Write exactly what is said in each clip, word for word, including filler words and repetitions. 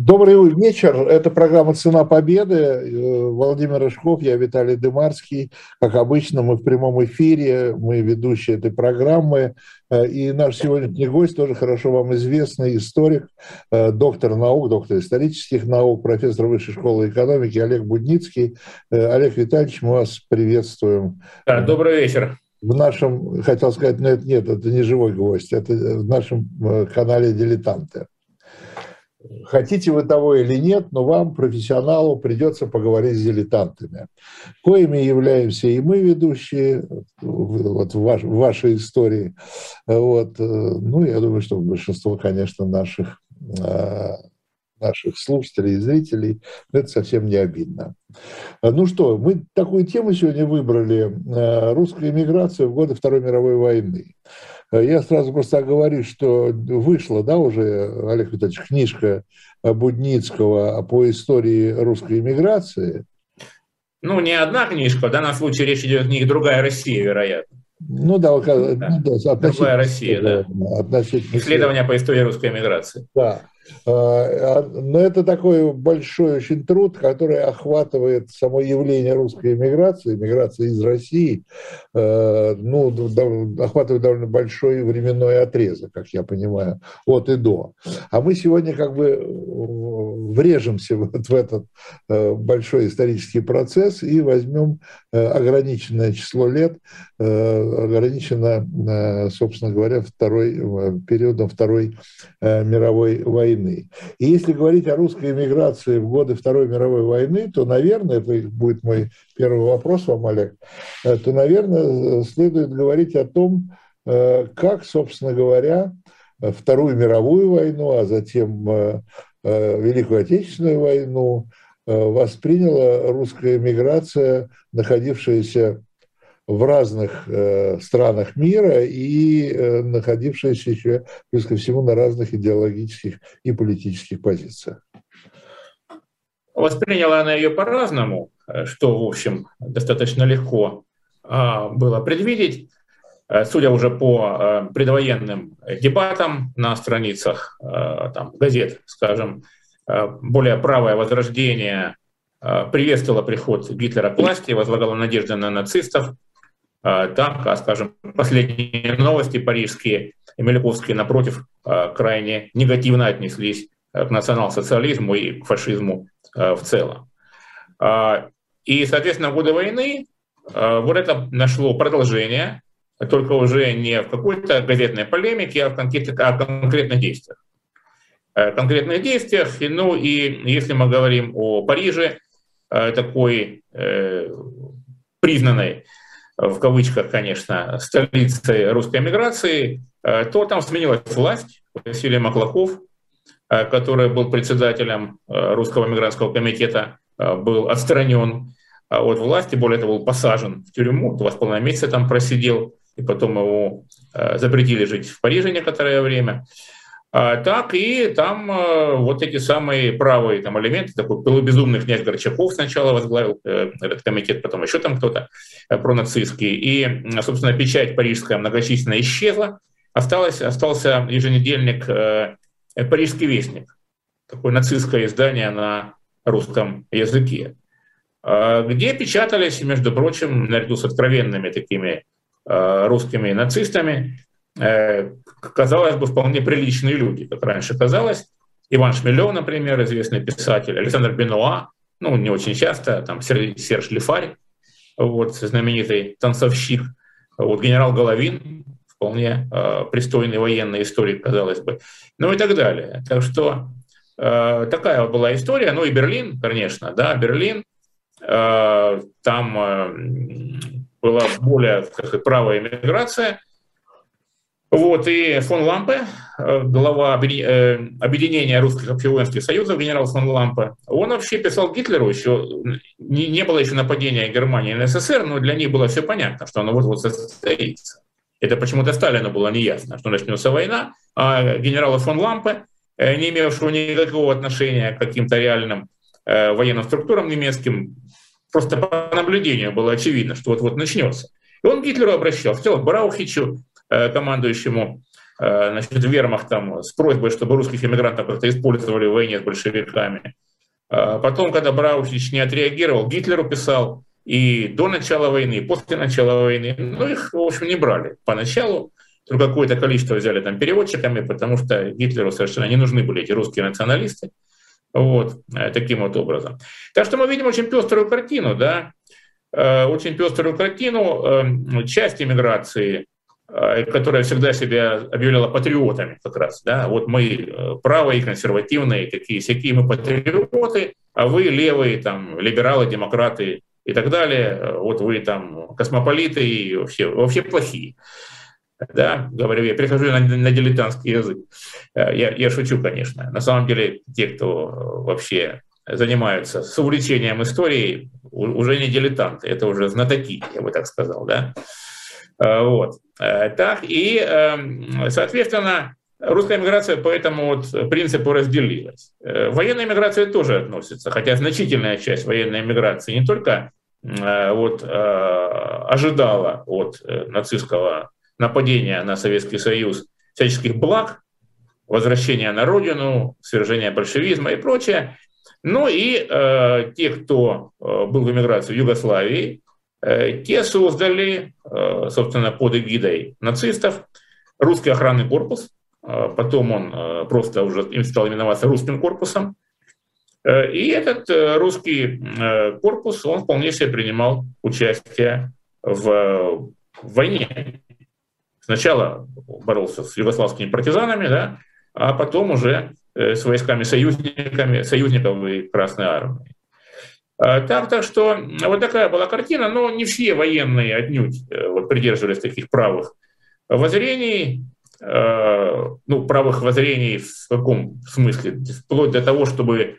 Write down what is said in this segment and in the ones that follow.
Добрый вечер. Это программа «Цена победы». Владимир Рыжков, я Виталий Дымарский. Как обычно, мы в прямом эфире, мы ведущие этой программы. И наш сегодняшний гость тоже хорошо вам известный историк, доктор наук, доктор исторических наук, профессор Высшей школы экономики Олег Будницкий. Олег Витальевич, мы вас приветствуем. Да, добрый вечер. В нашем, хотел сказать, но это нет, это не живой гость, это в нашем канале «Дилетанты». Хотите вы того или нет, но вам, профессионалу, придется поговорить с дилетантами. Коими являемся и мы, ведущие, вот в, ваш, в вашей истории. Вот. Ну, я думаю, что большинство, конечно, наших, наших слушателей и зрителей, это совсем не обидно. Ну что, мы такую тему сегодня выбрали. Русская эмиграция в годы Второй мировой войны. Я сразу просто оговорю, что вышла, да, уже, Олег Витальевич, книжка Будницкого по истории русской эмиграции. Ну, не одна книжка, в данном случае речь идет не «Другая Россия», вероятно. Ну да, да. Ну, да «Другая Россия», да. Относительно Исследования по истории русской эмиграции. Да. Но это такой большой очень труд, который охватывает само явление русской эмиграции, эмиграции из России, ну, охватывает довольно большой временной отрезок, как я понимаю, от и до. А мы сегодня как бы врежемся вот в этот большой исторический процесс и возьмем ограниченное число лет, ограничено, собственно говоря, второй, периодом Второй мировой войны. И если говорить о русской эмиграции в годы Второй мировой войны, то, наверное, это будет мой первый вопрос вам, Олег, то, наверное, следует говорить о том, как, собственно говоря, Вторую мировую войну, а затем Великую Отечественную войну восприняла русская эмиграция, находившаяся в разных э, странах мира и э, находившаяся еще, плюс ко всему, на разных идеологических и политических позициях. Восприняла она ее по-разному, что, в общем, достаточно легко э, было предвидеть. Судя уже по э, предвоенным дебатам на страницах э, там, газет, скажем, э, более правое возрождение э, приветствовало приход Гитлера к власти, возлагало надежды на нацистов. Так, а, скажем, последние новости парижские и московские, напротив, крайне негативно отнеслись к национал-социализму и к фашизму в целом. И, соответственно, в годы войны вот это нашло продолжение, только уже не в какой-то газетной полемике, а в конкретных, а в конкретных действиях. Конкретных действиях, ну и если мы говорим о Париже, такой э, признанной, в кавычках, конечно, столицей русской эмиграции, то там сменилась власть. Василий Маклаков, который был председателем Русского эмигрантского комитета, был отстранен от власти, более того, был посажен в тюрьму, два с половиной месяца там просидел, и потом его запретили жить в Париже некоторое время. Так и там вот эти самые правые там элементы, такой полубезумный князь Горчаков сначала возглавил э, этот комитет, потом еще там кто-то э, пронацистский. И, собственно, печать парижская многочисленно исчезла. Осталось, остался еженедельник э, «Парижский вестник», такое нацистское издание на русском языке, э, где печатались, между прочим, наряду с откровенными такими э, русскими нацистами, казалось бы, вполне приличные люди, как раньше казалось. Иван Шмелев, например, известный писатель, Александр Бенуа, ну, не очень часто, там, Серж Лифарь, вот, знаменитый танцовщик, вот, генерал Головин, вполне э, пристойный военный историк, казалось бы, ну и так далее. Так что э, такая вот была история. Ну и Берлин, конечно, да, Берлин, э, там э, была более, так сказать, правая эмиграция. Вот, и фон Лампе, глава объединения русских общевоинских союзов, генерал фон Лампе, он вообще писал Гитлеру еще, не, не было еще нападения Германии на СССР, но для них было все понятно, что оно вот-вот состоится. Это почему-то Сталину было неясно, что начнется война, а генерала фон Лампе, не имевшего никакого отношения к каким-то реальным э, военным структурам немецким, просто по наблюдению было очевидно, что вот-вот начнется. И он к Гитлеру обращался, сначала к Браухичу, командующему значит, вермахтом с просьбой, чтобы русских эмигрантов как-то использовали в войне с большевиками. Потом, когда Браухич не отреагировал, Гитлеру писал и до начала войны, и после начала войны. Ну, их, в общем, не брали поначалу. Только какое-то количество взяли там переводчиками, потому что Гитлеру совершенно не нужны были эти русские националисты. Вот, таким вот образом. Так что мы видим очень пеструю картину, да, очень пеструю картину. Часть эмиграции, которая всегда себя объявляла патриотами как раз, да, вот мы правые, консервативные, такие-сякие, мы патриоты, а вы левые, там, либералы, демократы и так далее, вот вы там космополиты и вообще, вообще плохие. Да, говорю, я перехожу на, на дилетантский язык. Я, я шучу, конечно. На самом деле, те, кто вообще занимаются с увлечением историей, уже не дилетанты, это уже знатоки, я бы так сказал, да. Вот. Так, и, соответственно, русская миграция по этому вот принципу разделилась. Военная миграция тоже относится, хотя значительная часть военной миграции не только вот, ожидала от нацистского нападения на Советский Союз всяческих благ, возвращения на родину, свержения большевизма и прочее. Ну и э, те, кто э, был в эмиграции в Югославии, э, те создали, э, собственно, под эгидой нацистов русский охранный корпус. Э, потом он э, просто уже им стал именоваться русским корпусом. Э, и этот э, русский э, корпус, он вполне себе принимал участие в, в войне. Сначала боролся с югославскими партизанами, да, а потом уже с войсками союзниками, союзников и Красной Армии. Так, так что вот такая была картина, но не все военные отнюдь вот, придерживались таких правых воззрений, ну, правых воззрений в каком смысле? Вплоть до того, чтобы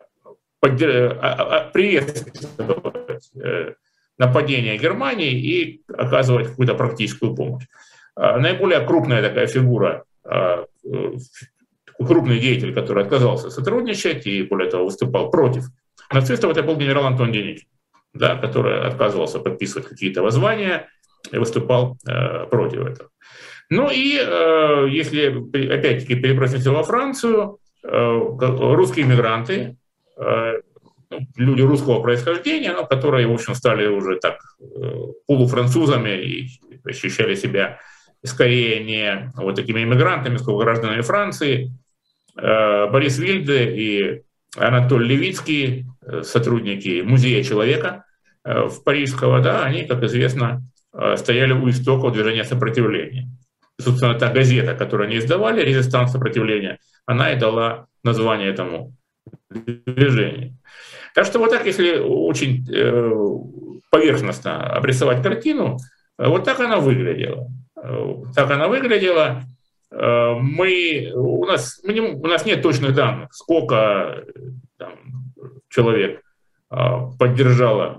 приветствовать нападение Германии и оказывать какую-то практическую помощь. Наиболее крупная такая фигура, крупный деятель, который отказался сотрудничать и, более того, выступал против нацистов, это был генерал Антон Деникин, да, который отказывался подписывать какие-то воззвания и выступал э, против этого. Ну и э, если, опять-таки, перебросить во Францию, э, русские мигранты, э, люди русского происхождения, ну, которые, в общем, стали уже так э, полуфранцузами и ощущали себя скорее не вот такими иммигрантами, сколько гражданами Франции. Борис Вильде и Анатолий Левицкий, сотрудники Музея человека в Парижского, да, они, как известно, стояли у истоков движения сопротивления. Собственно, та газета, которую они издавали, «Резистанс сопротивления», она и дала название этому движению. Так что вот так, если очень поверхностно обрисовать картину, вот так она выглядела. Так она выглядела. Мы, у, нас, мы не, у нас нет точных данных, сколько там, человек поддержало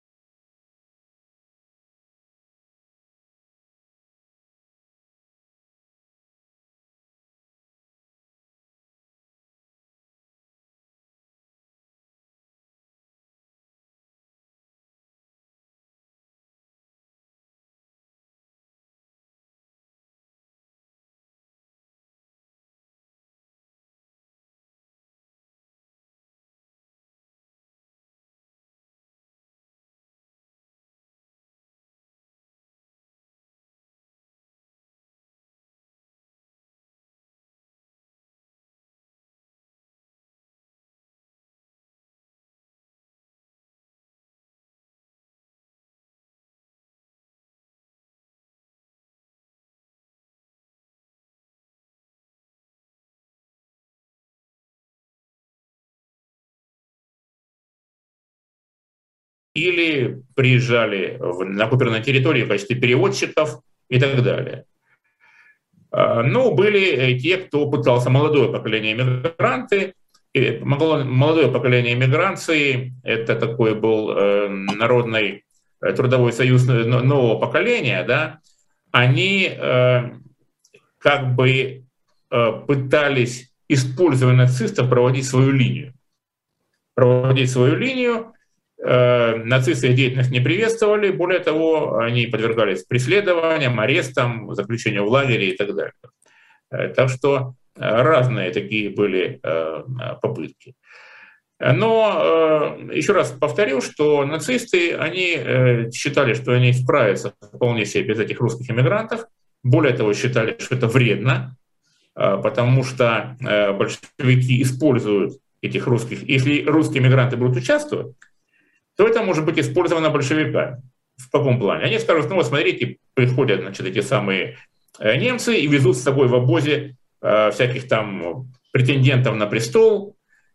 или приезжали на оккупированную территорию в качестве переводчиков и так далее. Ну, были те, кто пытался, молодое поколение иммигранты. Молодое поколение иммиграции — это такой был народный трудовой союз нового поколения, да, они как бы пытались, используя нацистов, проводить свою линию. Проводить свою линию. Нацисты их деятельность не приветствовали, более того, они подвергались преследованиям, арестам, заключению в лагере и так далее. Так что разные такие были попытки. Но еще раз повторю, что нацисты, они считали, что они справятся вполне себе без этих русских эмигрантов. Более того, считали, что это вредно, потому что большевики используют этих русских. Если русские мигранты будут участвовать, то это может быть использовано большевиками. В каком плане? Они скажут, ну вот смотрите, приходят, значит, эти самые немцы и везут с собой в обозе всяких там претендентов на престол,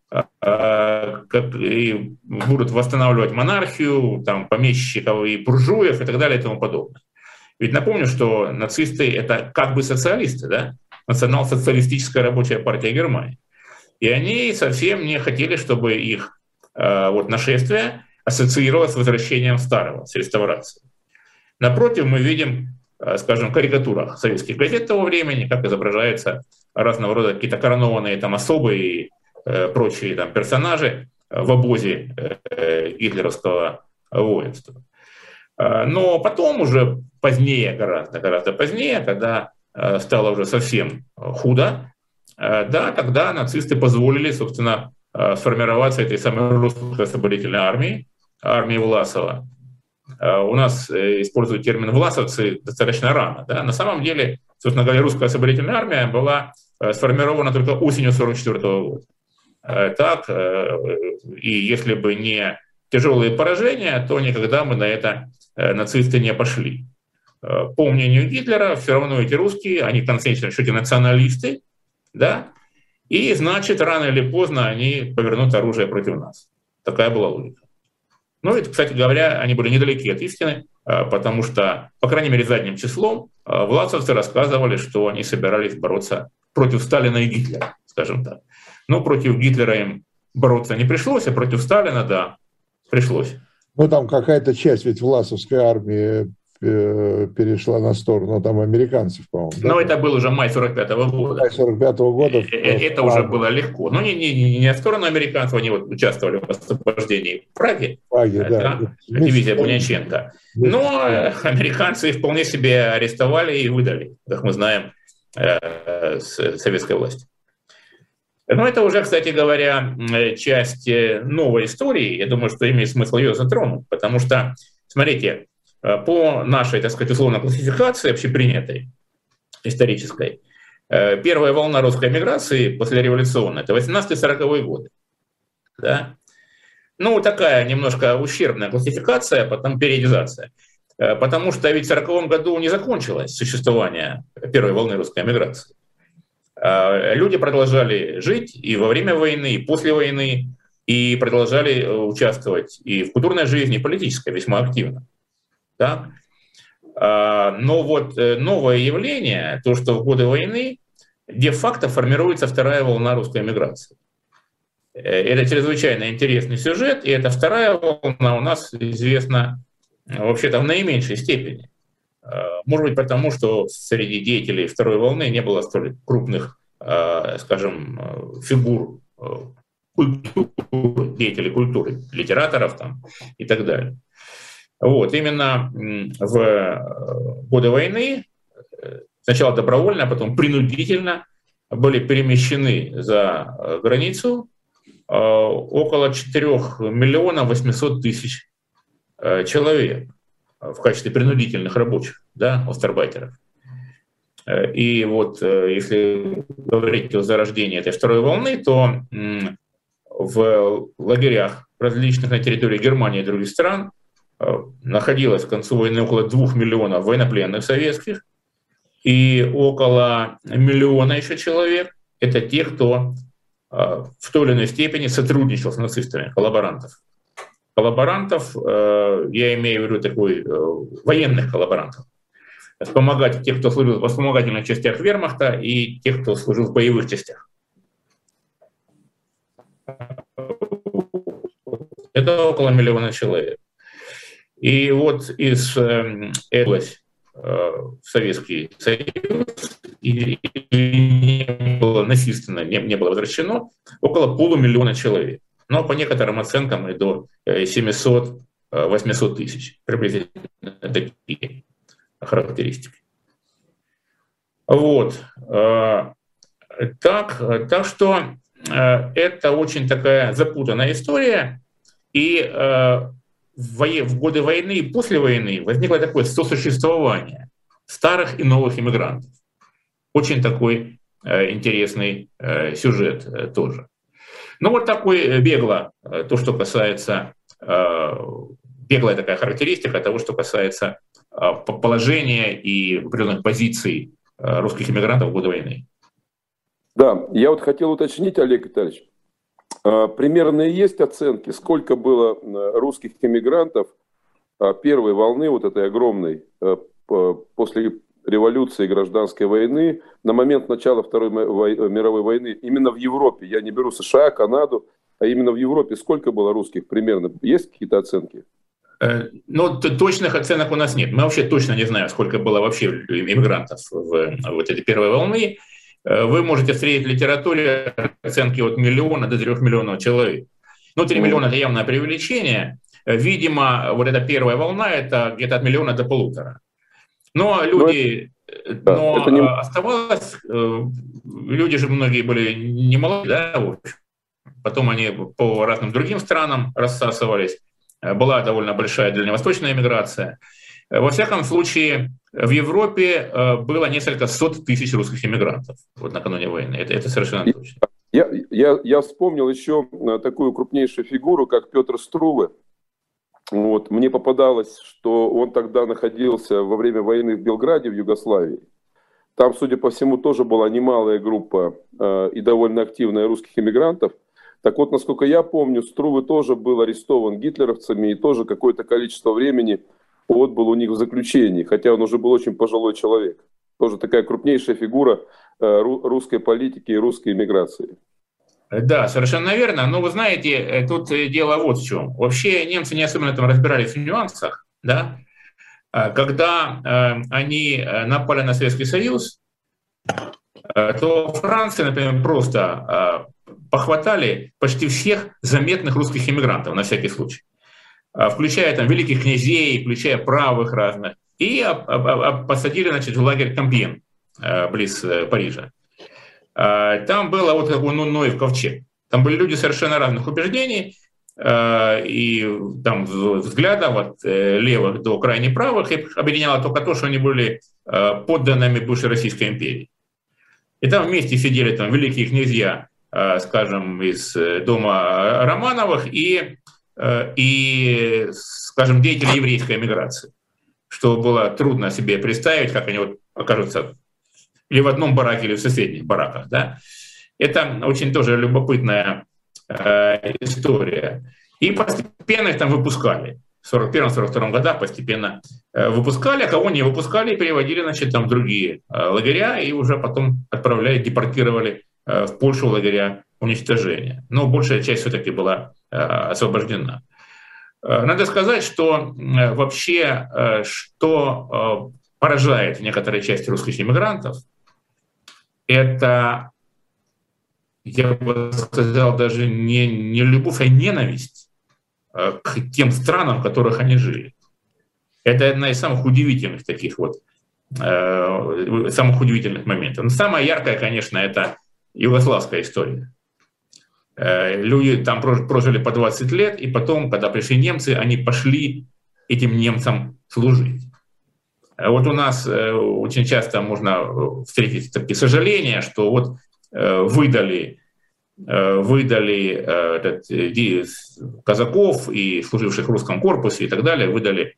и будут восстанавливать монархию, там, помещиков и буржуев и так далее и тому подобное. Ведь напомню, что нацисты — это как бы социалисты, да? Национал-социалистическая рабочая партия Германии. И они совсем не хотели, чтобы их вот, нашествие ассоциировалось с возвращением старого, с реставрацией. Напротив, мы видим, скажем, в карикатурах советских газет того времени, как изображаются разного рода какие-то коронованные там особы и э, прочие там персонажи в обозе э, гитлеровского воинства. Но потом уже позднее, гораздо, гораздо позднее, когда э, стало уже совсем худо, э, да, тогда нацисты позволили, собственно, э, сформироваться этой самой русской освободительной армии, армии Власова. У нас используют термин «власовцы» достаточно рано. Да? На самом деле, собственно говоря, русская освободительная армия была сформирована только осенью сорок четвёртого года. Так, и если бы не тяжелые поражения, то никогда мы на это нацисты не пошли. По мнению Гитлера, все равно эти русские, они в конечном счете националисты, да? И значит, рано или поздно они повернут оружие против нас. Такая была логика. Ну, и, кстати говоря, они были недалеки от истины, потому что, по крайней мере, задним числом власовцы рассказывали, что они собирались бороться против Сталина и Гитлера, скажем так. Но против Гитлера им бороться не пришлось, а против Сталина, да, пришлось. Ну, там какая-то часть ведь власовской армии перешла на сторону там американцев, по-моему. Но да? это был уже май сорок пятого года. Май сорок пятого года. Это уже было легко. Но не, не, не в сторону американцев, они вот участвовали в освобождении Праги. Праге, да. Дивизия Буняченко. Но американцы их вполне себе арестовали и выдали, как мы знаем, с советской власти. Но это уже, кстати говоря, часть новой истории. Я думаю, что имеет смысл ее затронуть, потому что, смотрите, по нашей, так сказать, условной классификации, общепринятой, исторической, первая волна русской эмиграции послереволюционной — это восемнадцатые-сороковые годы. Да? Ну, такая немножко ущербная классификация, потом периодизация. Потому что ведь в сороковом году не закончилось существование первой волны русской эмиграции. Люди продолжали жить и во время войны, и после войны, и продолжали участвовать и в культурной жизни, и в политической весьма активно. Да? Но вот новое явление, то, что в годы войны де-факто формируется вторая волна русской эмиграции. Это чрезвычайно интересный сюжет, и эта вторая волна у нас известна вообще-то в наименьшей степени. Может быть, потому что среди деятелей второй волны не было столь крупных, скажем, фигур культуры, деятелей культуры, литераторов там, и так далее. Вот, именно в годы войны, сначала добровольно, а потом принудительно, были перемещены за границу около четырёх миллионов восьмисот тысяч человек в качестве принудительных рабочих, да, остарбайтеров. И вот если говорить о зарождении этой второй волны, то в лагерях различных на территории Германии и других стран находилось к концу войны около двух миллионов военнопленных советских, и около миллиона еще человек — это те, кто в той или иной степени сотрудничал с нацистами, коллаборантов. Коллаборантов, я имею в виду такой военных коллаборантов, вспомогать тех, кто служил в вспомогательных частях вермахта, и тех, кто служил в боевых частях. Это около миллиона человек. И вот из э, области э, в Советский Союз и, и не было насильственно, не, не было возвращено около полумиллиона человек. Но по некоторым оценкам и до семисот-восьмисот э, тысяч, восьмисот, тысяч, восемьсот, тысяч, восемьсот, тысяч, восемьсот, тысяч, восемьсот, тысяч, восемьсот, тысяч, восемьсот, тысяч, восемьсот, тысяч, восемьсот, тысяч, восемьсот, тысяч, такие характеристики. Вот. Так, так что это очень такая запутанная история. И в годы войны и после войны возникло такое сосуществование старых и новых иммигрантов. Очень такой интересный сюжет тоже. Ну вот такой бегло, то, что касается, беглая такая характеристика того, что касается положения и определенных позиций русских иммигрантов в годы войны. Да, я вот хотел уточнить, Олег Витальевич, примерно есть оценки, сколько было русских иммигрантов первой волны, вот этой огромной, после революции и гражданской войны, на момент начала Второй мировой войны, именно в Европе, я не беру США, Канаду, а именно в Европе, сколько было русских примерно? Есть какие-то оценки? Ну, точных оценок у нас нет. Мы вообще точно не знаем, сколько было вообще иммигрантов в вот этой первой волны. Вы можете встретить в литературе оценки от миллиона до трех миллионов человек. Ну, три миллиона – это явное преувеличение. Видимо, вот эта первая волна – это где-то от миллиона до полутора. Но люди, но, но это не... оставалось, люди же многие были не молодые, да, в общем. Потом они по разным другим странам рассасывались. Была довольно большая дальневосточная миграция. Во всяком случае, в Европе было несколько сот тысяч русских иммигрантов вот накануне войны. Это, это совершенно точно. Я, я, я вспомнил еще такую крупнейшую фигуру, как Петр Струве. Вот. Мне попадалось, что он тогда находился во время войны в Белграде, в Югославии. Там, судя по всему, тоже была немалая группа э, и довольно активная русских иммигрантов. Так вот, насколько я помню, Струве тоже был арестован гитлеровцами и тоже какое-то количество времени отбыл у них в заключении, хотя он уже был очень пожилой человек. Тоже такая крупнейшая фигура э, русской политики и русской иммиграции. Да, совершенно верно. Но вы знаете, тут дело вот в чем. Вообще немцы не особенно там разбирались в нюансах, да? Когда э, они напали на Советский Союз, э, то Франция, например, просто э, похватали почти всех заметных русских иммигрантов на всякий случай, э, включая там великих князей, включая правых разных, и э, э, посадили, значит, в лагерь Кампьен э, близ э, Парижа. Там было вот такой ну, Ноев ковчег. Там были люди совершенно разных убеждений э, и там взглядов от э, левых до крайне правых. Их объединяло только то, что они были э, подданными бывшей Российской империи. И там вместе сидели там великие князья, э, скажем, из дома Романовых и, э, и, скажем, деятели еврейской эмиграции. Что было трудно себе представить, как они вот окажутся или в одном бараке, или в соседних бараках. Да? Это очень тоже любопытная э, история. И постепенно их там выпускали. В сорок первом — сорок втором годах постепенно э, выпускали, а кого не выпускали, переводили, значит, там, в другие э, лагеря и уже потом отправляли, депортировали э, в Польшу в лагеря уничтожения. Но большая часть все-таки была э, освобождена. Э, надо сказать, что э, вообще, э, что э, поражает в некоторой части русских иммигрантов, это, я бы сказал, даже не, не любовь, а ненависть к тем странам, в которых они жили. Это одна из самых удивительных таких вот, э, самых удивительных моментов. Но самая яркая, конечно, это югославская история. Э, люди там прожили по двадцать лет, и потом, когда пришли немцы, они пошли этим немцам служить. Вот у нас очень часто можно встретить такие сожаления, что вот выдали, выдали этот, казаков и служивших в русском корпусе и так далее, выдали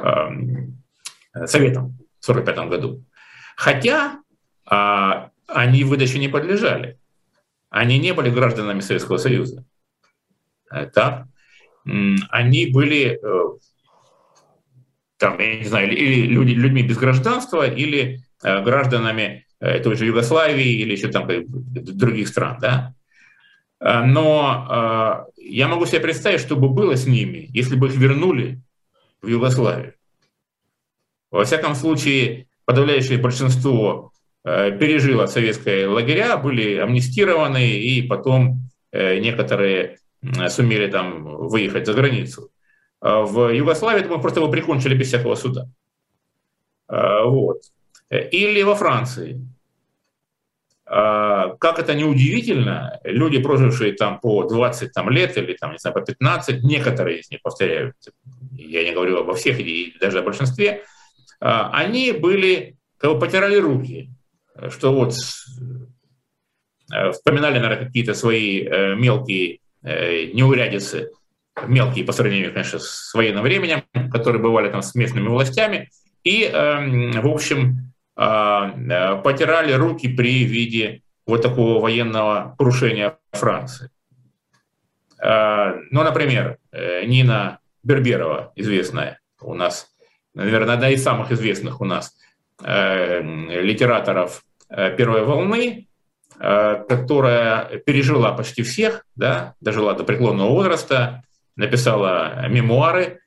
советам в сорок пятом году. Хотя они выдаче не подлежали. Они не были гражданами Советского Союза. Так? Они были... Там, я не знаю, или люди, людьми без гражданства, или э, гражданами э, той же Югославии, или еще там э, других стран, да. Но э, я могу себе представить, что бы было с ними, если бы их вернули в Югославию. Во всяком случае, подавляющее большинство э, пережило советские лагеря, были амнистированы, и потом э, некоторые э, сумели там выехать за границу. В Югославии, думаю, просто его прикончили без всякого суда. Вот. или во Франции. Как это ни удивительно, люди, прожившие там по двадцать там, лет или там, не знаю, по пятнадцать, некоторые из них, повторяю, я не говорю обо всех и даже о большинстве, они были, как бы потирали руки, что вот вспоминали, наверное, какие-то свои мелкие неурядицы, мелкие по сравнению, конечно, с военным временем, которые бывали там с местными властями, и, в общем, потирали руки при виде вот такого военного крушения Франции. Ну, например, Нина Берберова, известная у нас, наверное, одна из самых известных у нас литераторов первой волны, которая пережила почти всех, да, дожила до преклонного возраста, написала мемуары,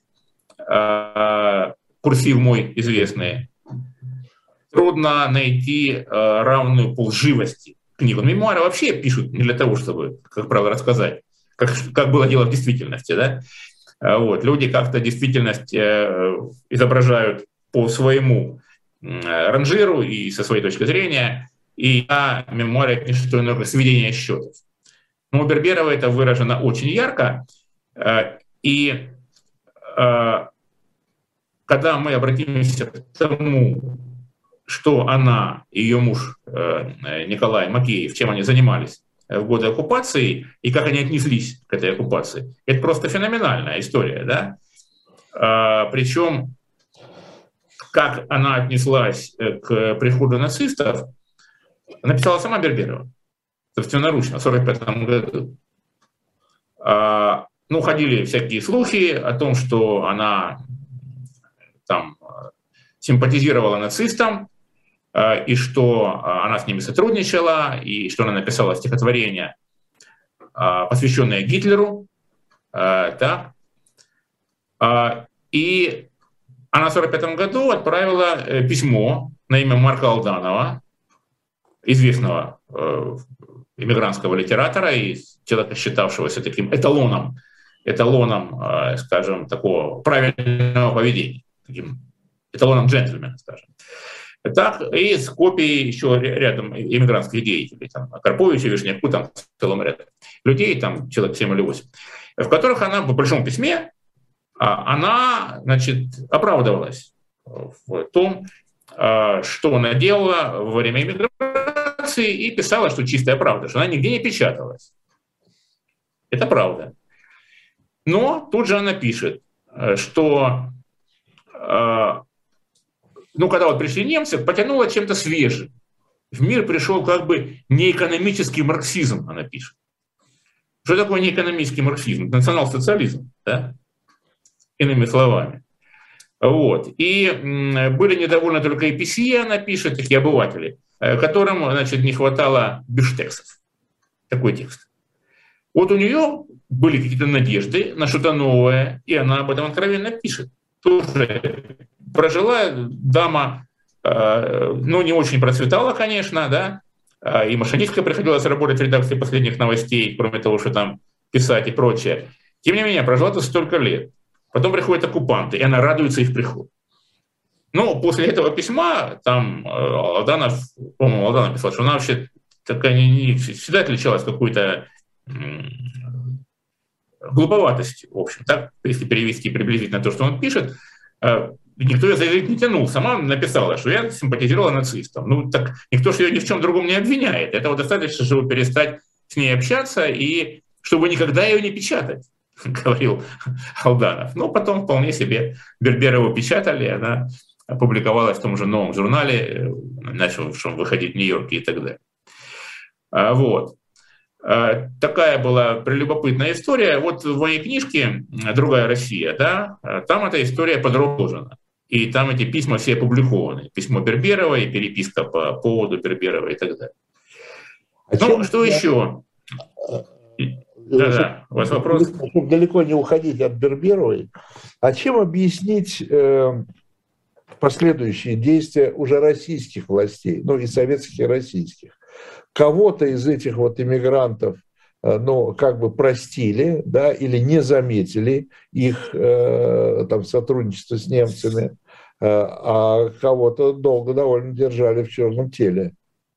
«Курсив мой» известные. Трудно найти равную по лживости книгу. Мемуары вообще пишут не для того, чтобы, как правило, рассказать, как, как было дело в действительности. Да? Вот. Люди как-то действительность изображают по своему ранжиру и со своей точки зрения, и о мемуаре не что иное, сведение счетов. Но у Берберова это выражено очень ярко, и когда мы обратимся к тому, что она и ее муж Николай Макеев, чем они занимались в годы оккупации и как они отнеслись к этой оккупации, это просто феноменальная история, да? Причем, как она отнеслась к приходу нацистов, написала сама Берберова, собственноручно, в сорок пятом году. Ну, ходили всякие слухи о том, что она там симпатизировала нацистам, и что она с ними сотрудничала, и что она написала стихотворение, посвященное Гитлеру. Так. И она в сорок пятом году отправила письмо на имя Марка Алданова, известного иммигрантского литератора и человека, считавшегося таким эталоном, эталоном, скажем, такого правильного поведения, таким эталоном джентльмена, скажем. Так, и с копией еще рядом иммигрантских деятелей, там, Карповича, Вишняку, там, в целом ряд людей, там, человек семь или восемь, в которых она в большом письме, она, значит, оправдывалась в том, что она делала во время иммиграции, и писала, что чистая правда, что она нигде не печаталась. Это правда. Но тут же она пишет, что ну, когда вот пришли немцы, потянуло чем-то свежим. В мир пришел как бы неэкономический марксизм, она пишет. Что такое неэкономический марксизм? Национал-социализм, да? Иными словами. Вот. И были недовольны только и пи си, она пишет, такие обыватели, которым, значит, не хватало бифштексов. Такой текст. Вот у нее были какие-то надежды на что-то новое, и она об этом откровенно пишет. Тоже прожила дама, э, ну, не очень процветала, конечно, да, и машинисткой приходилось работать в редакции последних новостей, кроме того, что там писать и прочее. Тем не менее, прожила тут столько лет. Потом приходят оккупанты, и она радуется их приходу. Но после этого письма, там, Алданов, по-моему, Алданов писал, что она вообще такая не, не, всегда отличалась какой-то м- глуповатостью, в общем, так, если перевести приблизительно то, что он пишет. Никто ее за язык не тянул. Сама написала, что я симпатизировала нацистам. Ну, так никто же ее ни в чем другом не обвиняет. Этого достаточно, чтобы перестать с ней общаться и чтобы никогда ее не печатать, говорил Алданов. Но потом вполне себе Берберову печатали, она опубликовалась в том же новом журнале, начавшем выходить в Нью-Йорке и так далее. Вот. Такая была прелюбопытная история. Вот в моей книжке «Другая Россия», да, там эта история подробна. И там эти письма все опубликованы. Письмо Берберова и переписка по поводу Берберова и так далее. А ну, что я... еще? Да-да, у вас вопрос? Чтобы далеко не уходить от Берберовой, а чем объяснить э, последующие действия уже российских властей, ну и советских, и российских? Кого-то из этих вот иммигрантов, ну, как бы простили, да, или не заметили их э, там сотрудничество с немцами, а кого-то долго довольно держали в черном теле.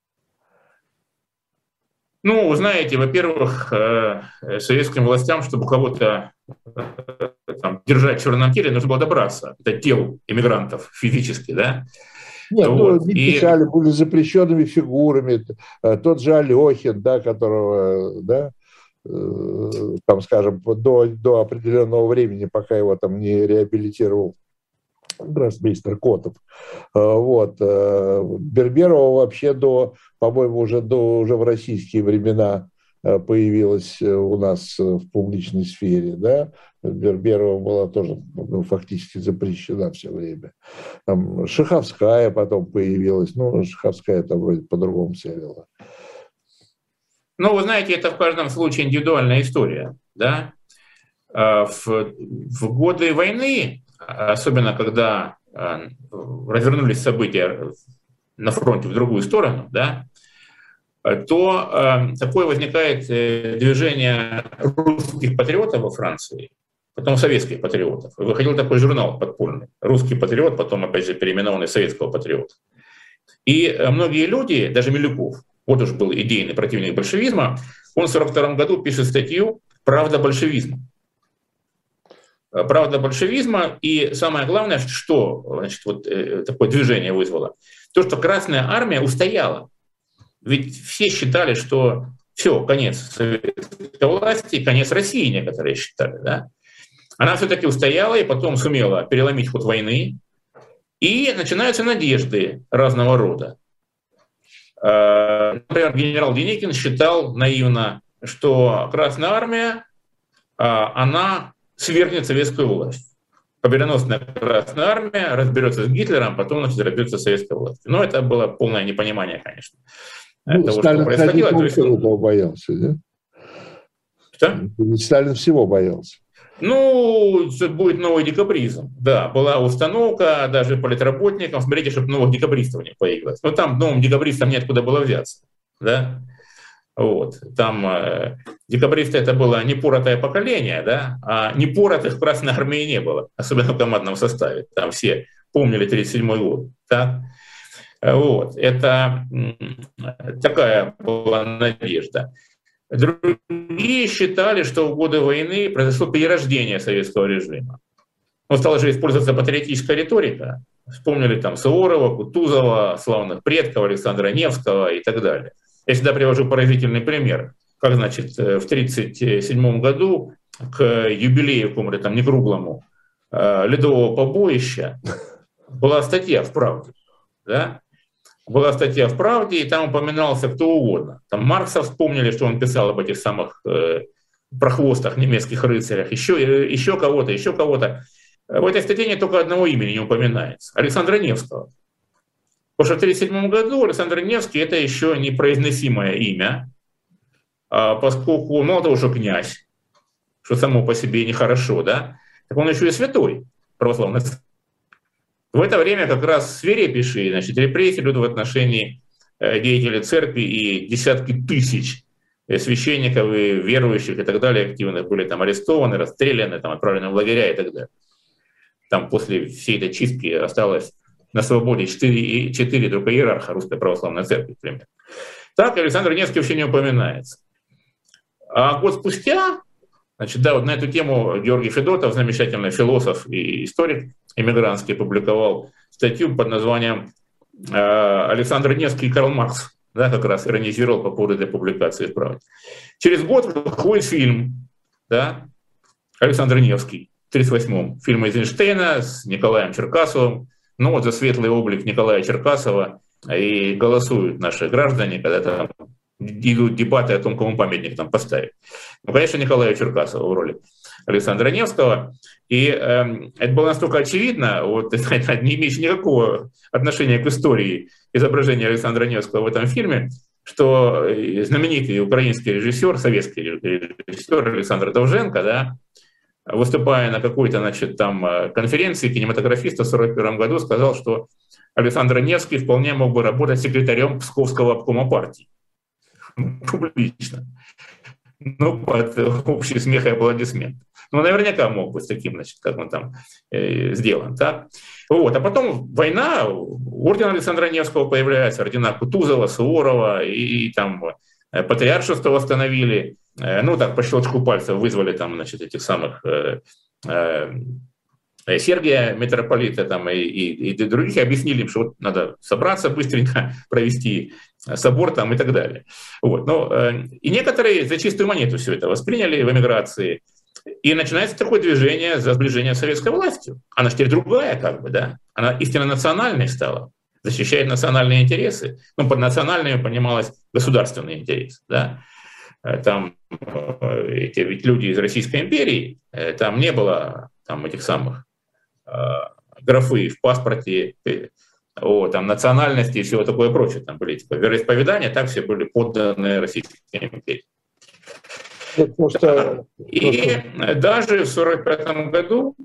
Ну, вы знаете, во-первых, советским властям, чтобы кого-то там держать в черном теле, нужно было добраться до тел иммигрантов физически, да? Нет, вот. ну, не И... писали, были запрещенными фигурами. Тот же Алехин, да, которого, да, там, скажем, до, до определенного времени, пока его там не реабилитировал гроссмейстер Котов. Вот. Берберова вообще до, по-моему, уже, до, уже в российские времена появилась у нас в публичной сфере. Да? Берберова была тоже, ну, фактически запрещена все время. Там Шаховская потом появилась. Ну, Шаховская там вроде по-другому себя вела. Ну, вы знаете, это в каждом случае индивидуальная история. Да? В, в годы войны, особенно когда развернулись события на фронте в другую сторону, да, то такое возникает движение русских патриотов во Франции, потом советских патриотов. Выходил такой журнал подпольный «Русский патриот», потом, опять же, переименованный «Советского патриота». И многие люди, даже Милюков, вот уж был идейный противник большевизма, он в сорок втором году пишет статью «Правда большевизма». Правда большевизма, и самое главное, что, значит, вот такое движение вызвало, то, что Красная Армия устояла. Ведь все считали, что все, конец советской власти, конец России, некоторые считали. Да? Она все-таки устояла и потом сумела переломить ход войны, и начинаются надежды разного рода. Например, генерал Деникин считал наивно, что Красная Армия, она свергнет советскую власть. Победоносная Красная Армия разберется с Гитлером, потом, значит, разберется с советской властью. Но это было полное непонимание, конечно, ну, того, Сталин, что происходило. То есть... этого боялся, да? Что? Сталин всего боялся. Ну, будет новый декабризм. Да, была установка даже политработникам, смотрите, чтобы новых декабристов не появилось. Но там новым декабристам неоткуда было взяться. Да? Вот. Там э, декабристы это было непоротое поколение, да? А непоротых в Красной Армии не было, особенно в командном составе. Там все помнили тридцать седьмой год. Да? Вот. Это такая была надежда. Другие считали, что в годы войны произошло перерождение советского режима. Но стала же использоваться патриотическая риторика. Вспомнили там Суворова, Кутузова, славных предков, Александра Невского и так далее. Я всегда привожу поразительный пример, как, значит, в тридцать седьмом году к юбилею какому-то там некруглому э, ледового побоища была статья в «Правде». Да? Была статья в «Правде», и там упоминался кто угодно. Там Маркса вспомнили, что он писал об этих самых э, прохвостах, немецких рыцарях, еще, еще кого-то, еще кого-то. В этой статье нет только одного имени не упоминается – Александра Невского. Потому что в тысяча девятьсот тридцать седьмом году Александр Невский – это еще непроизносимое имя, поскольку мало того, что князь, что само по себе нехорошо, да, так он еще и святой православный. В это время как раз свирепейшие, значит, репрессии идут в отношении деятелей церкви, и десятки тысяч священников и верующих и так далее активных были там арестованы, расстреляны, там, отправлены в лагеря и так далее. Там после всей этой чистки осталось на свободе четыре, четыре только иерарха Русской Православной Церкви, например. Так Александр Невский вообще не упоминается. А год спустя, значит, да, вот на эту тему Георгий Федотов, замечательный философ и историк эмигрантский, публиковал статью под названием «Александр Невский и Карл Маркс». Да, как раз иронизировал по поводу этой публикации в «Правде». Через год выходит фильм, да, Александр Невский, в тысяча девятьсот тридцать восьмом, фильм Эйзенштейна с Николаем Черкасовым. Ну вот за светлый облик Николая Черкасова и голосуют наши граждане, когда там идут дебаты о том, кому памятник там поставить. Ну, конечно, Николаю Черкасову в роли Александра Невского. И э, это было настолько очевидно, вот, не имеющий никакого отношения к истории изображения Александра Невского в этом фильме, что знаменитый украинский режиссер, советский режиссер Александр Довженко, да, выступая на какой-то, значит, там конференции кинематографистов в сорок первом году, сказал, что Александр Невский вполне мог бы работать секретарем Псковского обкома партии. Публично. ну, под общий смех и аплодисмент. Ну, наверняка мог быть таким, значит, как он там э, сделан, так? Вот. А потом война, орден Александра Невского появляется, ордена Кутузова, Суворова, и, и там патриаршество восстановили, э, ну, так, по щелчку пальцев вызвали там, значит, этих самых э, э, Сергия, митрополита там, и, и, и других, и объяснили им, что вот надо собраться быстренько, провести собор там, и так далее. Вот. Но, э, и некоторые за чистую монету все это восприняли в эмиграции, и начинается такое движение за сближение с советской властью. Она теперь другая, как бы, да, она истинно национальной стала, защищает национальные интересы. Ну, под национальными понималось государственный интерес, да. Там эти ведь люди из Российской империи, там не было там этих самых графы в паспорте, о, там, национальности и всего такое прочее. Там были типа вероисповедания, так все были подданные Российской империи. Просто, и просто... даже в сорок пятом году,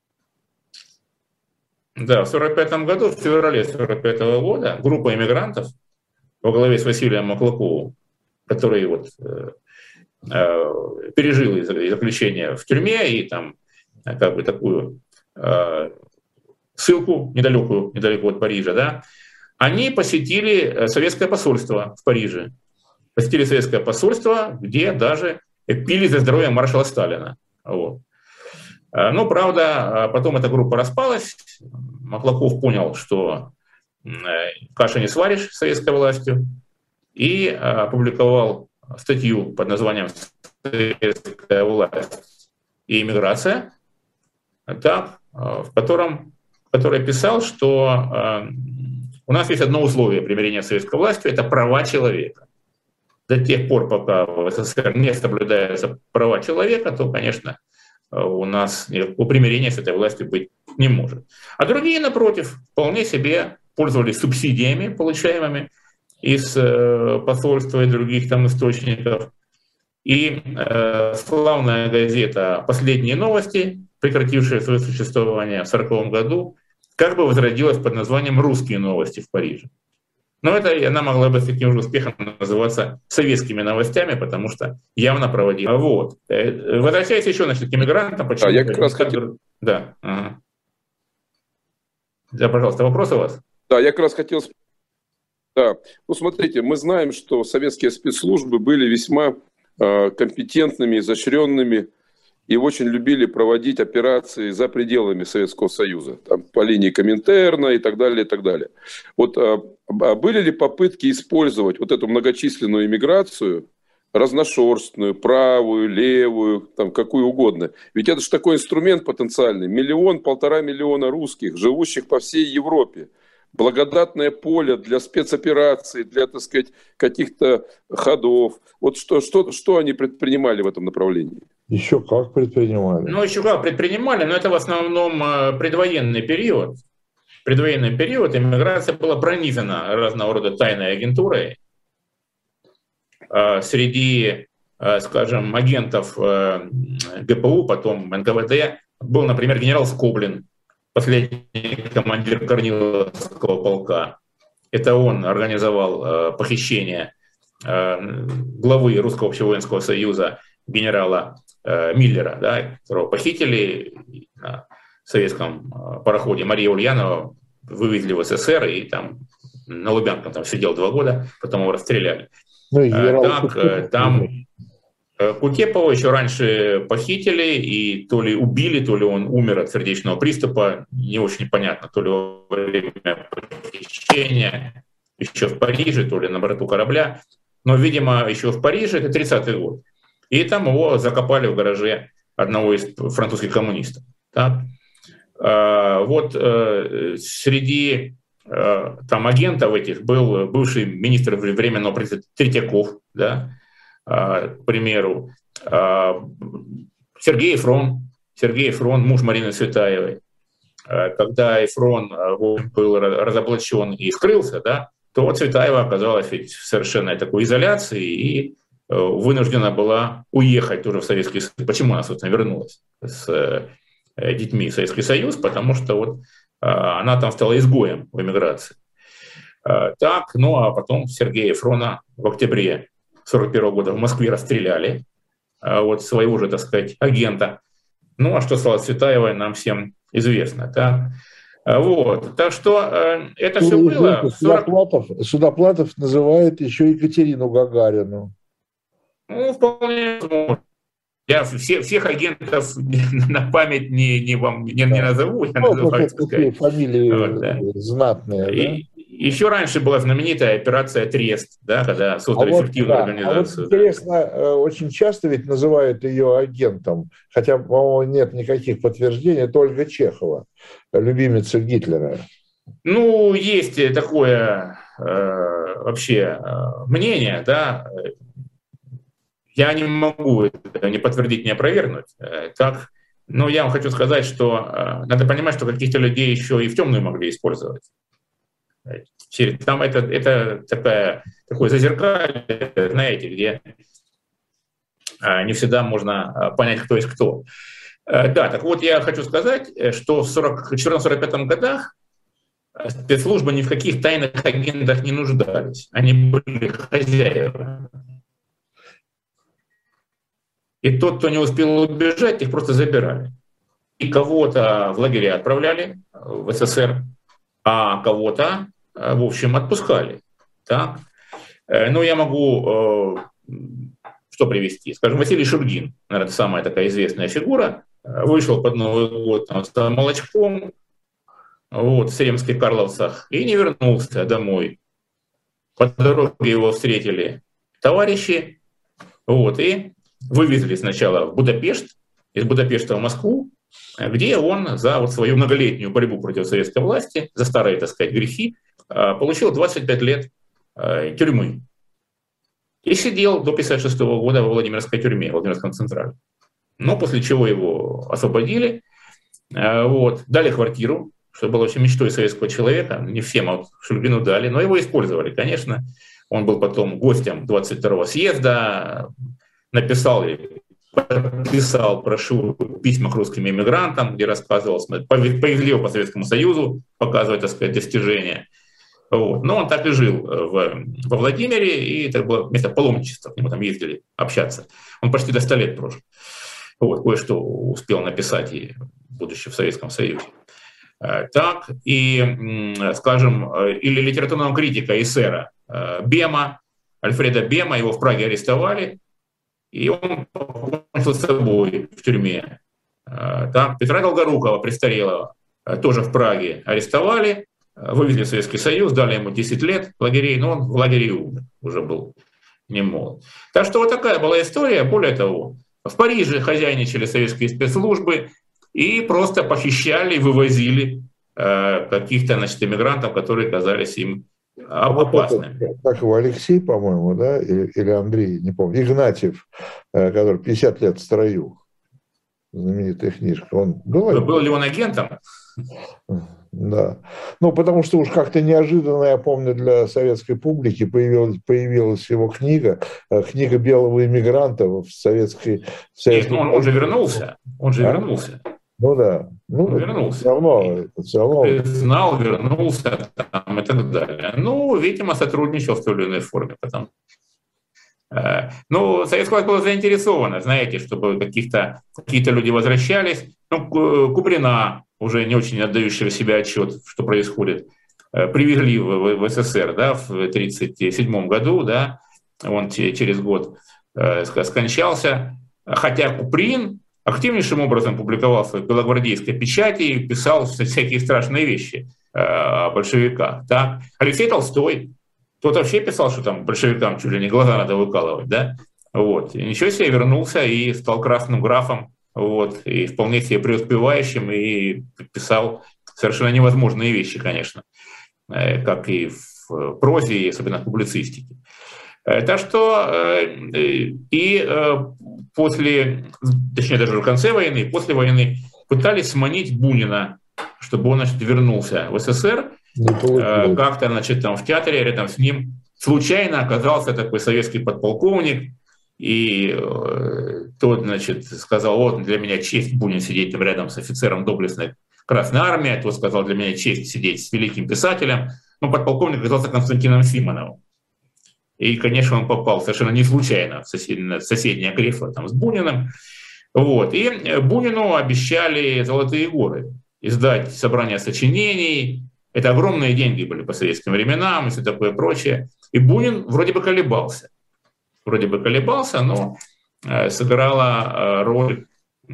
да, в сорок пятом году, в феврале сорок пятого года, группа иммигрантов во главе с Василием Маклаковым, который вот, э, э, пережил заключение в тюрьме и там как бы такую э, ссылку недалекую, недалеко от Парижа, да, они посетили советское посольство в Париже. Посетили советское посольство, где даже пили за здоровье маршала Сталина. Вот. Но, правда, потом эта группа распалась. Маклаков понял, что каши не сваришь с советской властью, и опубликовал статью под названием «Советская власть и иммиграция», так, в котором, в которой писал, что у нас есть одно условие примирения с советской властью – это права человека. До тех пор, пока в СССР не соблюдаются права человека, то, конечно, у нас никакого примирения с этой властью быть не может. А другие, напротив, вполне себе пользовались субсидиями, получаемыми из посольства и других там источников. И э, славная газета «Последние новости», прекратившая свое существование в сороковом году, как бы возродилась под названием «Русские новости» в Париже. Но это она могла бы с таким же успехом называться советскими новостями, потому что явно проводила. Вот. Возвращаясь еще, значит, к иммигрантам. Почему? А, я как раз хотел... Да. Ага. Да, пожалуйста, вопрос у вас? Да, я как раз хотел... Да. Ну, смотрите, мы знаем, что советские спецслужбы были весьма э, компетентными, изощренными и очень любили проводить операции за пределами Советского Союза, там, по линии Коминтерна и так далее, и так далее. Вот а, а были ли попытки использовать вот эту многочисленную иммиграцию, разношерстную, правую, левую, там, какую угодно? Ведь это же такой инструмент потенциальный. Миллион, полтора миллиона русских, живущих по всей Европе. Благодатное поле для спецопераций, для, так сказать, каких-то ходов. Вот что, что, что они предпринимали в этом направлении? Еще как предпринимали? Ну, еще как предпринимали, но это в основном предвоенный период. Предвоенный период иммиграция была пронизана разного рода тайной агентурой. Среди, скажем, агентов ГПУ, потом эн ка вэ дэ, был, например, генерал Скоблин, последний командир Корниловского полка. Это он организовал э, похищение э, главы Русского общевоинского союза генерала э, Миллера, да, которого похитили на советском э, пароходе. Мария Ульянова вывезли в СССР, и там на Лубянках там сидел два года, потом его расстреляли. Ну, э, так, э, там... Кутепова еще раньше похитили и то ли убили, то ли он умер от сердечного приступа, не очень понятно, то ли во время похищения, еще в Париже, то ли на борту корабля, но, видимо, еще в Париже, это тридцатый год. И там его закопали в гараже одного из французских коммунистов. Так? Вот среди там агентов этих был бывший министр временного правительства Третьяков, да, к примеру, Сергей Эфрон, Сергей Эфрон, муж Марины Цветаевой. Когда Эфрон был разоблачен и скрылся, да, то Цветаева оказалась ведь в совершенной такой изоляции и вынуждена была уехать тоже в Советский Союз. Почему она, собственно, вернулась с детьми в Советский Союз? Потому что вот она там стала изгоем в эмиграции. Так, ну а потом Сергея Эфрона в октябре сорок первого года в Москве расстреляли вот своего же, так сказать, агента. Ну, а что стало с Цветаевой, нам всем известно. Да? Вот. Так что э, это все было. сорок... Судоплатов, Судоплатов называет еще Екатерину Гагарину. Ну, вполне возможно. Я все, всех агентов на память не, не, вам, не, не назову. Я ну, называю, такие фамилии вот, да. знатные. И, да? Еще раньше была знаменитая операция «Трест», да, когда создали а фиктивную вот, да. организацию. А вот интересно, очень часто ведь называют ее агентом, хотя, по-моему, нет никаких подтверждений, это Ольга Чехова, любимица Гитлера. Ну, есть такое э, вообще э, мнение, да. Я не могу это не подтвердить, не опровергнуть. Так, но я вам хочу сказать, что э, надо понимать, что каких-то людей еще и в темную могли использовать. Там это, это такая, такое зазеркалье, знаете, где э, не всегда можно понять, кто есть кто. Э, да, так вот я хочу сказать, что в сорок четвёртом — сорок пятом годах спецслужбы ни в каких тайных агентах не нуждались. Они были хозяевами. И тот, кто не успел убежать, их просто забирали. И кого-то в лагеря отправляли в СССР, а кого-то, в общем, отпускали. Так? Ну, я могу что привести? Скажем, Василий Шульгин, наверное, самая такая известная фигура, вышел под Новый год там, с молочком вот, в Серемских Карловцах и не вернулся домой. По дороге его встретили товарищи, вот, и вывезли сначала в Будапешт, из Будапешта в Москву, где он за вот свою многолетнюю борьбу против советской власти, за старые, так сказать, грехи, получил двадцать пять лет тюрьмы. И сидел до пятьдесят шестого года во Владимирской тюрьме, в Владимирском Централе. Но после чего его освободили, вот, дали квартиру, что было вообще мечтой советского человека, не всем, а вот Шульгину дали, но его использовали, конечно. Он был потом гостем двадцать второго съезда, написал и подписал, прошу, письма к русским эмигрантам, где рассказывал, повезли его по Советскому Союзу, показывая, так сказать, достижения. Вот. Но он так и жил в, во Владимире, и это было место паломничества, к нему там ездили общаться. Он почти до ста лет прожил. Вот, кое-что успел написать, и, будучи в Советском Союзе. Так, и, скажем, или литературного критика, эсера Бема, Альфреда Бема, его в Праге арестовали, и он покончил с собой в тюрьме. Так, Петра Долгорукова, престарелого, тоже в Праге арестовали, вывезли в Советский Союз, дали ему десять лет лагерей, но он в лагере умер, уже был не молод. Так что вот такая была история. Более того, в Париже хозяйничали советские спецслужбы и просто похищали, вывозили э, каких-то, значит, иммигрантов, которые казались им опасными. Как его Алексей, по-моему, да, или, или Андрей, не помню, Игнатьев, э, который пятьдесят лет в строю, знаменитая книжка. Он был, был ли он агентом? Да. Ну, потому что уж как-то неожиданно, я помню, для советской публики появилась, появилась его книга, книга белого иммигранта в советской... В советской... Нет, он, он же вернулся. Он же а? вернулся. Ну да. Ну, он вернулся. Все равно, все равно... Знал, вернулся там, и так далее. Ну, видимо, сотрудничал в той или иной форме. Потом. Ну, советская власть была заинтересована, знаете, чтобы каких-то, какие-то люди возвращались. Ну, Куприна, уже не очень отдающего себе отчет, что происходит, привезли в, в СССР, да, в тысяча девятьсот тридцать седьмом году, да, он через год скончался. Хотя Куприн активнейшим образом публиковался в белогвардейской печати и писал всякие страшные вещи о большевиках. Да. Алексей Толстой, тот вообще писал, что там большевикам чуть ли не глаза надо выкалывать, да, вот. И ничего себе, вернулся и стал красным графом, вот, и вполне себе преуспевающим, и писал совершенно невозможные вещи, конечно, как и в прозе, и особенно в публицистике. Так что и после, точнее даже в конце войны, после войны пытались сманить Бунина, чтобы он, значит, вернулся в СССР. Как-то, значит, там в театре рядом с ним случайно оказался такой советский подполковник, и э, тот, значит, сказал: вот для меня честь, Бунин, сидеть там рядом с офицером доблестной Красной Армии, тот сказал: для меня честь сидеть с великим писателем. Ну, подполковник оказался Константином Симоновым. И, конечно, он попал совершенно не случайно в соседнее, в соседнее кресло там, с Буниным. Вот. И Бунину обещали «Золотые горы», издать собрание сочинений. Это огромные деньги были по советским временам и все такое прочее. И Бунин вроде бы колебался. Вроде бы колебался, но сыграла роль,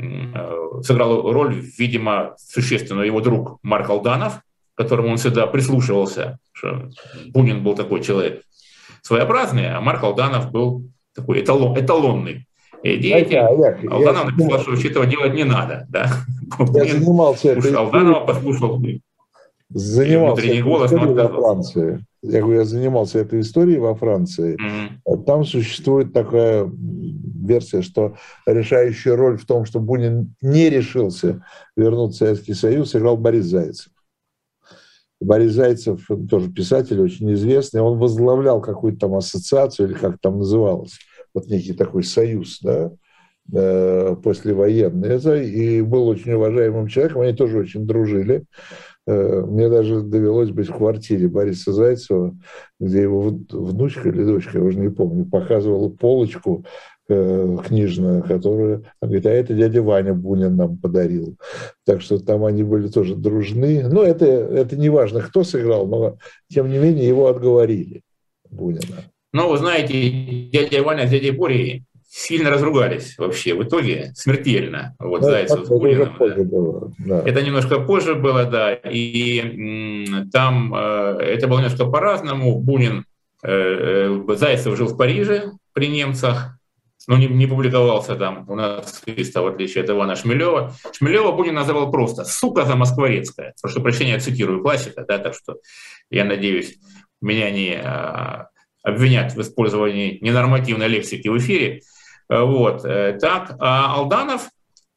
сыграл роль, видимо, существенную его друг Марк Алданов, к которому он всегда прислушивался, что Бунин был такой человек своеобразный, а Марк Алданов был такой эталон, эталонный деятель. Олег, Алданов написал, что вообще этого делать не надо. Да? Я Бунин занимался этой Алданова послушал. Занимался этой голос, историей во Франции. Я говорю, я занимался этой историей во Франции. Mm-hmm. Там существует такая версия, что решающую роль в том, что Бунин не решился вернуться в Советский Союз, сыграл Борис Зайцев. Борис Зайцев, тоже писатель очень известный, он возглавлял какую-то там ассоциацию, или как там называлось, вот некий такой союз, да, послевоенный, и был очень уважаемым человеком, они тоже очень дружили. Мне даже довелось быть в квартире Бориса Зайцева, где его внучка или дочка, я уже не помню, показывала полочку книжную, которую, она говорит, а это дядя Ваня Бунин нам подарил. Так что там они были тоже дружны. Но это, это не важно, кто сыграл, но тем не менее его отговорили, Бунина. Ну, вы знаете, дядя Ваня с дядей Борей сильно разругались вообще в итоге, смертельно. Вот, ну, Зайцев с Буниным. Да. Да. Это немножко позже было, да. И м, там э, это было немножко по-разному. Бунин, э, Зайцев жил в Париже при немцах, но не, не публиковался там у нацистов, в отличие от Ивана Шмелева. Шмелева Бунин называл просто «сука замоскворецкая». Прошу прощения, я цитирую классика, да, так что я надеюсь, меня не а, обвинят в использовании ненормативной лексики в эфире. Вот, так, а Алданов,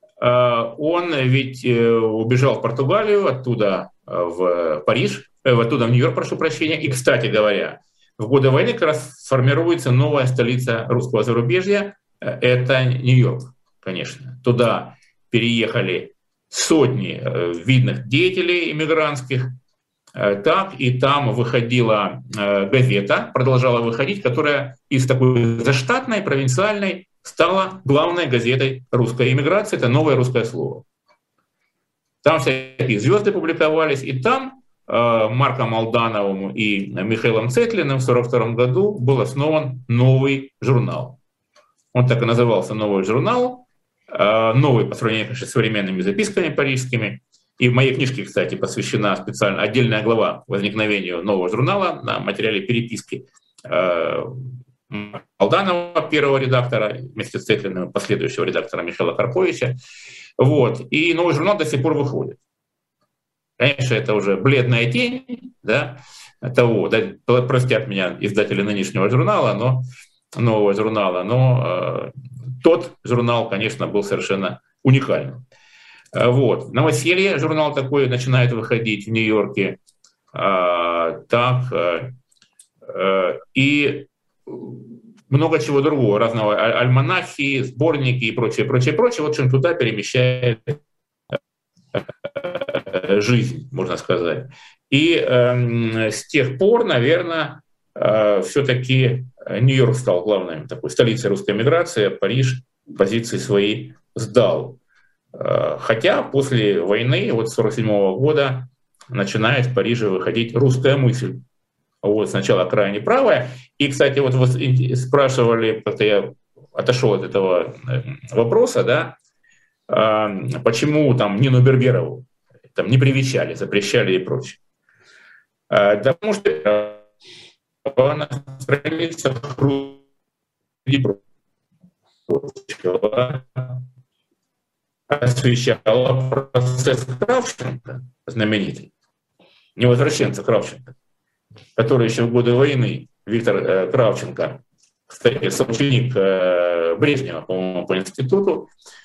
он ведь убежал в Португалию, оттуда в Париж, оттуда в Нью-Йорк, прошу прощения. И, кстати говоря, в годы войны как раз формируется новая столица русского зарубежья, это Нью-Йорк, конечно. Туда переехали сотни видных деятелей иммигрантских, так, и там выходила газета, продолжала выходить, которая из такой заштатной, провинциальной, стала главной газетой русской эмиграции, это «Новое русское слово». Там всякие звезды публиковались, и там э, Марком Алдановым и Михаилом Цетлиным в сорок втором году был основан новый журнал. Он так и назывался «Новый журнал», э, новый по сравнению, конечно, с современными записками парижскими. И в моей книжке, кстати, посвящена специально отдельная глава возникновению нового журнала на материале переписки э, Алданова, первого редактора, вместе с Цетлиным, последующего редактора Михаила Карповича. Вот. И новый журнал до сих пор выходит. Конечно, это уже бледная тень, да, того, да, простят меня издатели нынешнего журнала, но нового журнала, но э, тот журнал, конечно, был совершенно уникальным. Вот. «Новоселье» журнал такой начинает выходить в Нью-Йорке. Э, так, э, э, и много чего другого, разного, альманахи, сборники и прочее, прочее, прочее. В общем, туда перемещает жизнь, можно сказать. И э, с тех пор, наверное, э, все-таки Нью-Йорк стал главной такой столицей русской эмиграции, а Париж позиции свои сдал. Э, хотя после войны, вот с сорок седьмого года, начинает в Париже выходить русская мысль. Вот, сначала крайне правая. И, кстати, вот вы спрашивали, как-то я отошел от этого вопроса, да, почему там Нину Берберову там не привечали, запрещали и прочее. Потому что на страницах освещала процесс Кравченко, знаменитый, невозвращенца Кравченко, который еще в годы войны, Виктор э, Кравченко, кстати, соученик э, Брежнева, по-моему, по институту,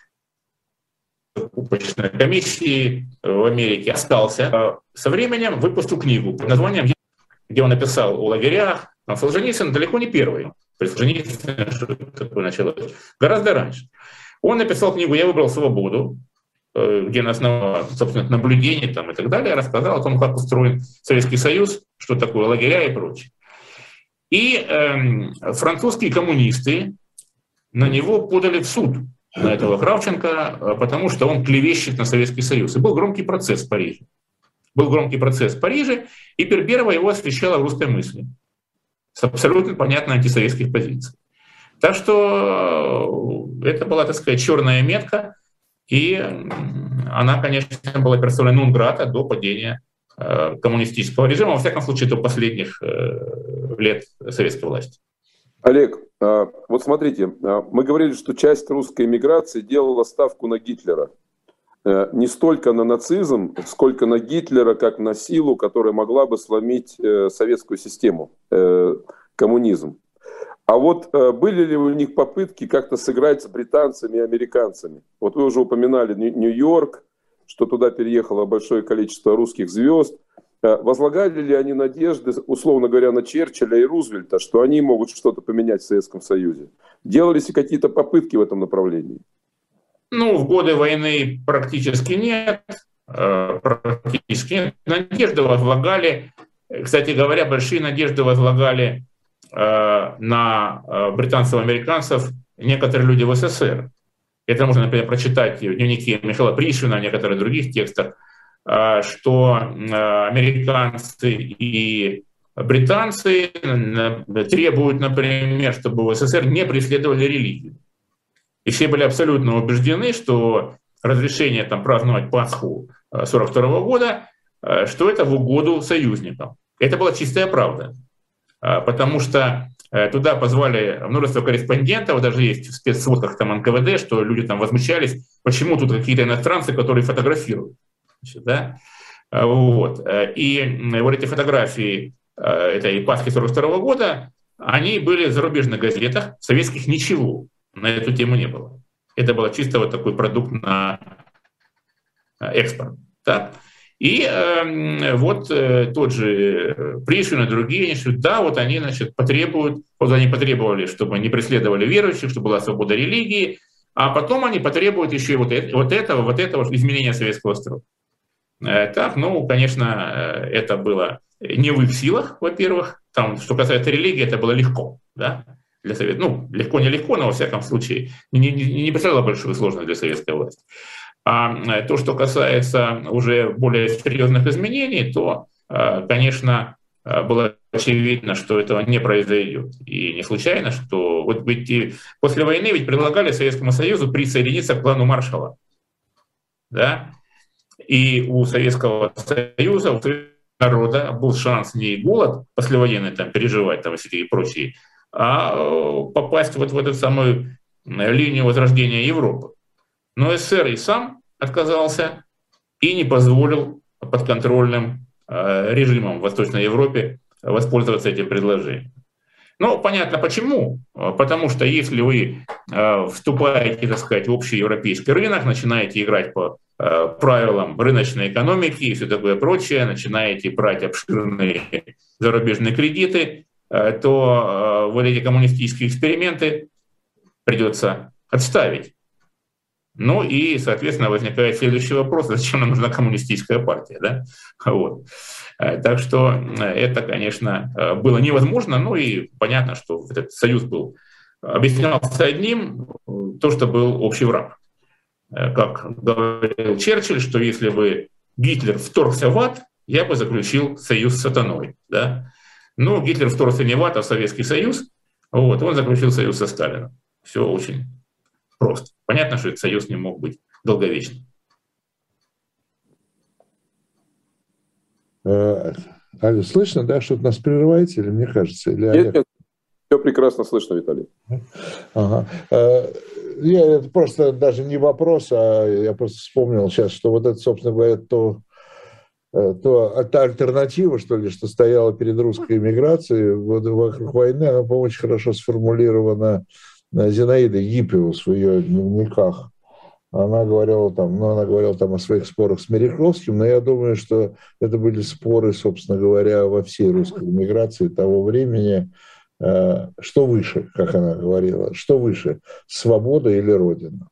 упочной комиссии в Америке, остался. Со временем выпустил книгу под названием, где он написал о лагерях. Но Солженицын далеко не первый. При Солженицыне что такое началось? Гораздо раньше. Он написал книгу «Я выбрал свободу», где на основе, собственно, наблюдений там, и так далее рассказал о том, как устроен Советский Союз, что такое лагеря и прочее. И э, французские коммунисты на него подали в суд, на этого Кравченко, потому что он клевещет на Советский Союз. И был громкий процесс в Париже. Был громкий процесс в Париже, и Берберова его освещала в «Русской мысли» с абсолютно понятной антисоветских позиций. Так что это была, так сказать, черная метка, и она, конечно, была персоной нон грата до падения э, коммунистического режима, во всяком случае, до последних э, лет советской власти. Олег, вот смотрите, мы говорили, что часть русской эмиграции делала ставку на Гитлера. Не столько на нацизм, сколько на Гитлера, как на силу, которая могла бы сломить советскую систему, коммунизм. А вот были ли у них попытки как-то сыграть с британцами и американцами? Вот вы уже упоминали Нью-Йорк, что туда переехало большое количество русских звезд. Возлагали ли они надежды, условно говоря, на Черчилля и Рузвельта, что они могут что-то поменять в Советском Союзе? Делались ли какие-то попытки в этом направлении? Ну, в годы войны практически нет. Практически нет. Надежды возлагали, кстати говоря, большие надежды возлагали на британцев-американцев некоторые люди в СССР. Это можно, например, прочитать в дневнике Михаила Пришвина, в некоторых других текстах, что американцы и британцы требуют, например, чтобы в СССР не преследовали религию. И все были абсолютно убеждены, что разрешение там, праздновать Пасху сорок второго года, что это в угоду союзникам. Это была чистая правда. Потому что туда позвали множество корреспондентов, даже есть в спецсводках там эн ка вэ дэ, что люди там возмущались, почему тут какие-то иностранцы, которые фотографируют. Значит, да? Вот. И вот эти фотографии этой Пасхи сорок второго года, они были в зарубежных газетах, в советских ничего на эту тему не было. Это был чисто вот такой продукт на экспорт. Да? И э, вот э, тот же Пришвин и другие, они, да, вот они, значит, потребуют, вот они потребовали, чтобы не преследовали верующих, чтобы была свобода религии, а потом они потребуют еще и вот, это, вот этого, вот этого изменения советского строя. Э, так, ну, конечно, это было не в их силах, во-первых. Там, что касается религии, это было легко, да, для Совета. Ну, легко, нелегко, но во всяком случае не, не, не представляло большую сложность для советской власти. А то, что касается уже более серьезных изменений, то, конечно, было очевидно, что этого не произойдет. И не случайно, что вот ведь после войны ведь предлагали Советскому Союзу присоединиться к плану Маршалла. Да? И у Советского Союза, у народа был шанс не голод послевоенный там, переживать там, и прочие, а попасть вот в эту самую линию возрождения Европы. Но СССР и сам отказался и не позволил подконтрольным э, режимам в Восточной Европе воспользоваться этим предложением. Ну, понятно почему. Потому что если вы э, вступаете, так сказать, в общий европейский рынок, начинаете играть по э, правилам рыночной экономики и все такое прочее, начинаете брать обширные зарубежные кредиты, э, то э, вот эти коммунистические эксперименты придется отставить. Ну и, соответственно, возникает следующий вопрос, зачем нам нужна коммунистическая партия, да? Вот. Так что это, конечно, было невозможно, ну и понятно, что этот союз был, объяснялся одним, то, что был общий враг. Как говорил Черчилль, что если бы Гитлер вторгся в ад, я бы заключил союз с сатаной, да? Ну, Гитлер вторгся не в ад, а в Советский Союз, вот, он заключил союз со Сталином. Все очень просто. Понятно, что этот союз не мог быть долговечным. Алло, слышно, да, что-то нас прерываете, или мне кажется? Или нет, нет, все прекрасно слышно, Виталий. Ага. Я, это просто даже не вопрос, а я просто вспомнил сейчас, что вот это, собственно говоря, то, то та альтернатива, что ли, что стояла перед русской эмиграцией вокруг войны, она, по-моему, очень хорошо сформулирована Зинаидой Гиппиус в ее дневниках. Она говорила там, ну, она говорила там о своих спорах с Мережковским, но я думаю, что это были споры, собственно говоря, во всей русской эмиграции того времени. Что выше, как она говорила, что выше, свобода или Родина?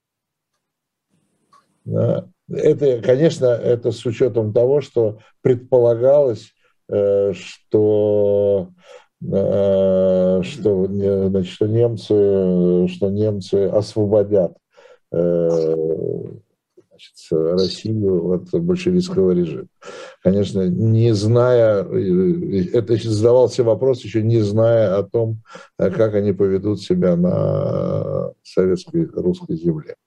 Да. Это, конечно, это с учетом того, что предполагалось, что что, значит, что, немцы, что немцы освободят значит, Россию от большевистского режима. Конечно, не зная, это задавался вопрос, еще не зная о том, как они поведут себя на советской русской земле.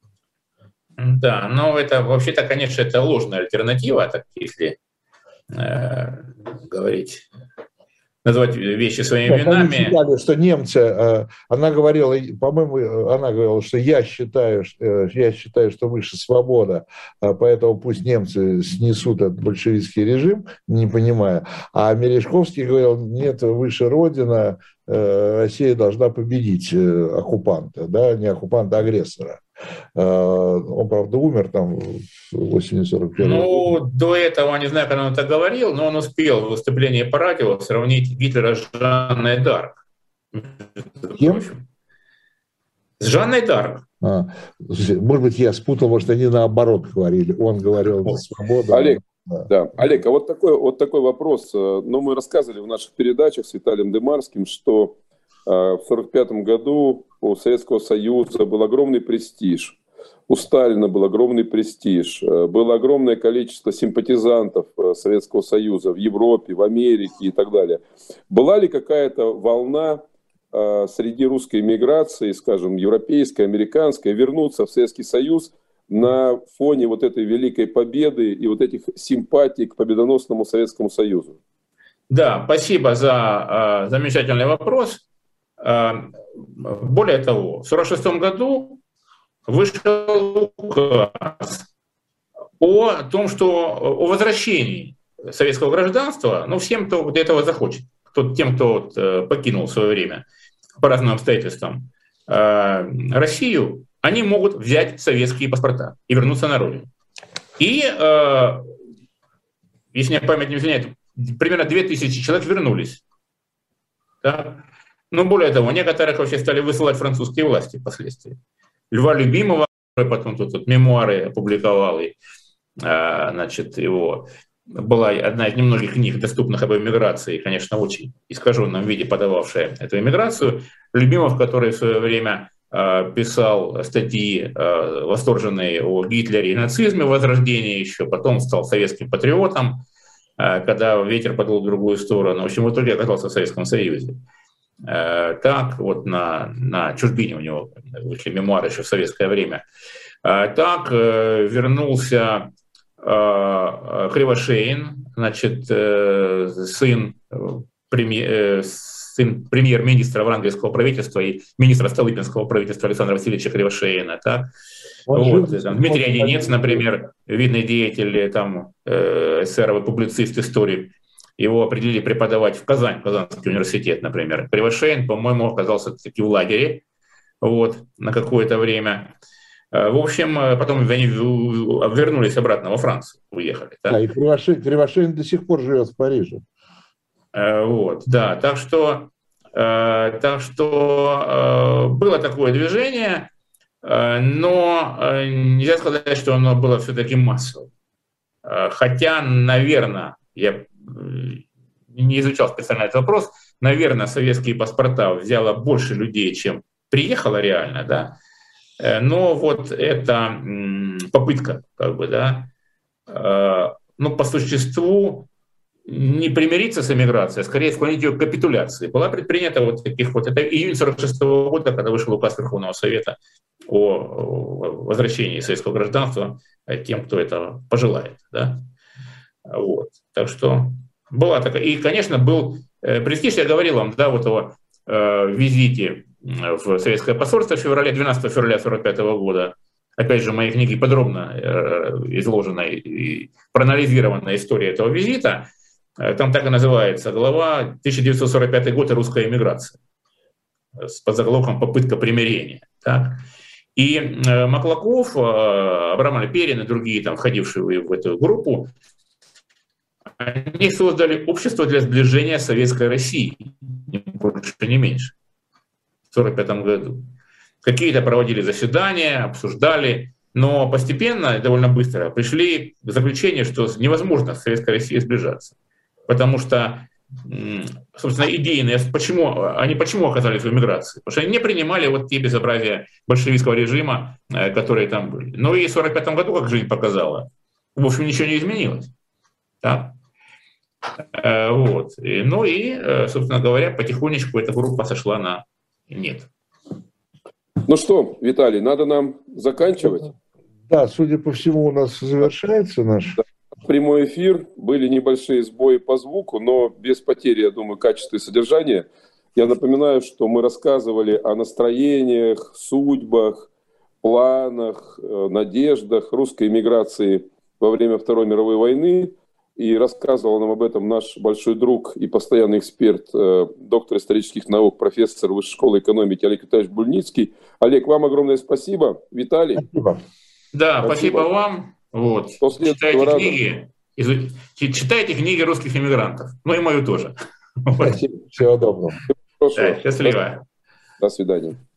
Да, но это вообще-то, конечно, это ложная альтернатива, так если э, говорить, назвать вещи своими Нет, именами. Они считали, что немцы, она говорила, по-моему, она говорила, что я считаю, я считаю, что выше свобода, поэтому пусть немцы снесут этот большевистский режим, не понимая. А Мережковский говорил, нет, выше Родина, Россия должна победить оккупанта, да, не оккупанта, а агрессора. Он, правда, умер там в осенью сорок первого Ну, года. до этого, не знаю, когда он это говорил, но он успел в выступлении по радио сравнить Гитлера с Жанной д'Арк. Кем? С Жанной д'Арк. А, может быть, я спутал, может, они наоборот говорили. Он говорил за свободу. Олег, да. Да. Олег, а вот такой, вот такой вопрос. Ну, мы рассказывали в наших передачах с Виталием Демарским, что в сорок пятом году у Советского Союза был огромный престиж. У Сталина был огромный престиж, было огромное количество симпатизантов Советского Союза в Европе, в Америке и так далее. Была ли какая-то волна среди русской эмиграции, скажем, европейской, американской, вернуться в Советский Союз на фоне вот этой великой победы и вот этих симпатий к победоносному Советскому Союзу? Да, спасибо за э, замечательный вопрос. Э, более того, в сорок шестом году вышел указ о том, что о возвращении советского гражданства, ну, всем, кто этого захочет, кто, тем, кто вот, э, покинул в свое время по разным обстоятельствам э, Россию, они могут взять советские паспорта и вернуться на родину. И, э, если мне память не изменяет, примерно две тысячи человек вернулись. Да? Но более того, некоторых вообще стали высылать французские власти впоследствии. Льва Любимого, который потом тут, тут мемуары опубликовал, и, а, значит, его была одна из немногих книг, доступных об эмиграции, конечно, в очень искаженном виде подававшая эту эмиграцию. Любимов, который в свое время а, писал статьи а, восторженные о Гитлере и нацизме, возрождении еще, потом стал советским патриотом, а, когда ветер подул в другую сторону. В общем, в итоге оказался в Советском Союзе. Так, вот на, на чужбине у него вышли мемуары еще в советское время. Так вернулся Кривошеин, значит, сын, премьер, сын премьер-министра Врангельского правительства и министра Столыпинского правительства Александра Васильевича Кривошеина. Так. Вот, там, Дмитрий Одинец, например, видный деятель, там, эсеровый публицист истории. Его определили преподавать в Казань, в Казанский университет, например. Кривошеин, по-моему, оказался таки в лагере вот, на какое-то время. В общем, потом они вернулись обратно во Францию, уехали. Да, и Кривошеин, Кривошеин до сих пор живет в Париже. Вот, да, так что, так что было такое движение, но нельзя сказать, что оно было все-таки массовым. Хотя, наверное, я не изучал специально этот вопрос, наверное, советские паспорта взяло больше людей, чем приехало реально, да. Но вот эта попытка, как бы, да, ну, по существу не примириться с эмиграцией, а скорее склонить ее к капитуляции, была предпринята вот таких вот, это июнь сорок шестого года, когда вышел указ Верховного Совета о возвращении советского гражданства тем, кто это пожелает, да. Вот. Так что была такая. И, конечно, был э, престиж, я говорил вам, да, вот о э, визите в советское посольство в феврале, двенадцатого февраля сорок пятого года. Опять же, в моей книге подробно э, изложена и проанализирована история этого визита. Там так и называется глава тысяча девятьсот сорок пятый год и русская эмиграция с подзаголовком «Попытка примирения». Так. И э, Маклаков, э, Абрам Альперин и другие, там, входившие в эту группу, они создали общество для сближения Советской России, ни больше, ни меньше, в сорок пятом году. Какие-то проводили заседания, обсуждали, но постепенно, довольно быстро, пришли к заключению, что невозможно с Советской Россией сближаться, потому что собственно, идейные, почему, они почему оказались в эмиграции? Потому что они не принимали вот те безобразия большевистского режима, которые там были. Ну и в сорок пятом году, как жизнь показала, в общем, ничего не изменилось. Да? Вот. Ну и, собственно говоря, потихонечку эта группа сошла на нет. Ну что, Виталий, надо нам заканчивать. Да, судя по всему, у нас завершается наш... Прямой эфир, были небольшие сбои по звуку, но без потери, я думаю, качества и содержания. Я напоминаю, что мы рассказывали о настроениях, судьбах, планах, надеждах русской эмиграции во время Второй мировой войны. И рассказывал нам об этом наш большой друг и постоянный эксперт, доктор исторических наук, профессор Высшей школы экономики Олег Витальевич Бульницкий. Олег, вам огромное спасибо. Виталий. Спасибо. Да, спасибо, спасибо вам. Вот. Читайте книги, изу... читайте книги русских эмигрантов. Ну и мою тоже. Спасибо. Всего доброго. Да, счастливо. До свидания.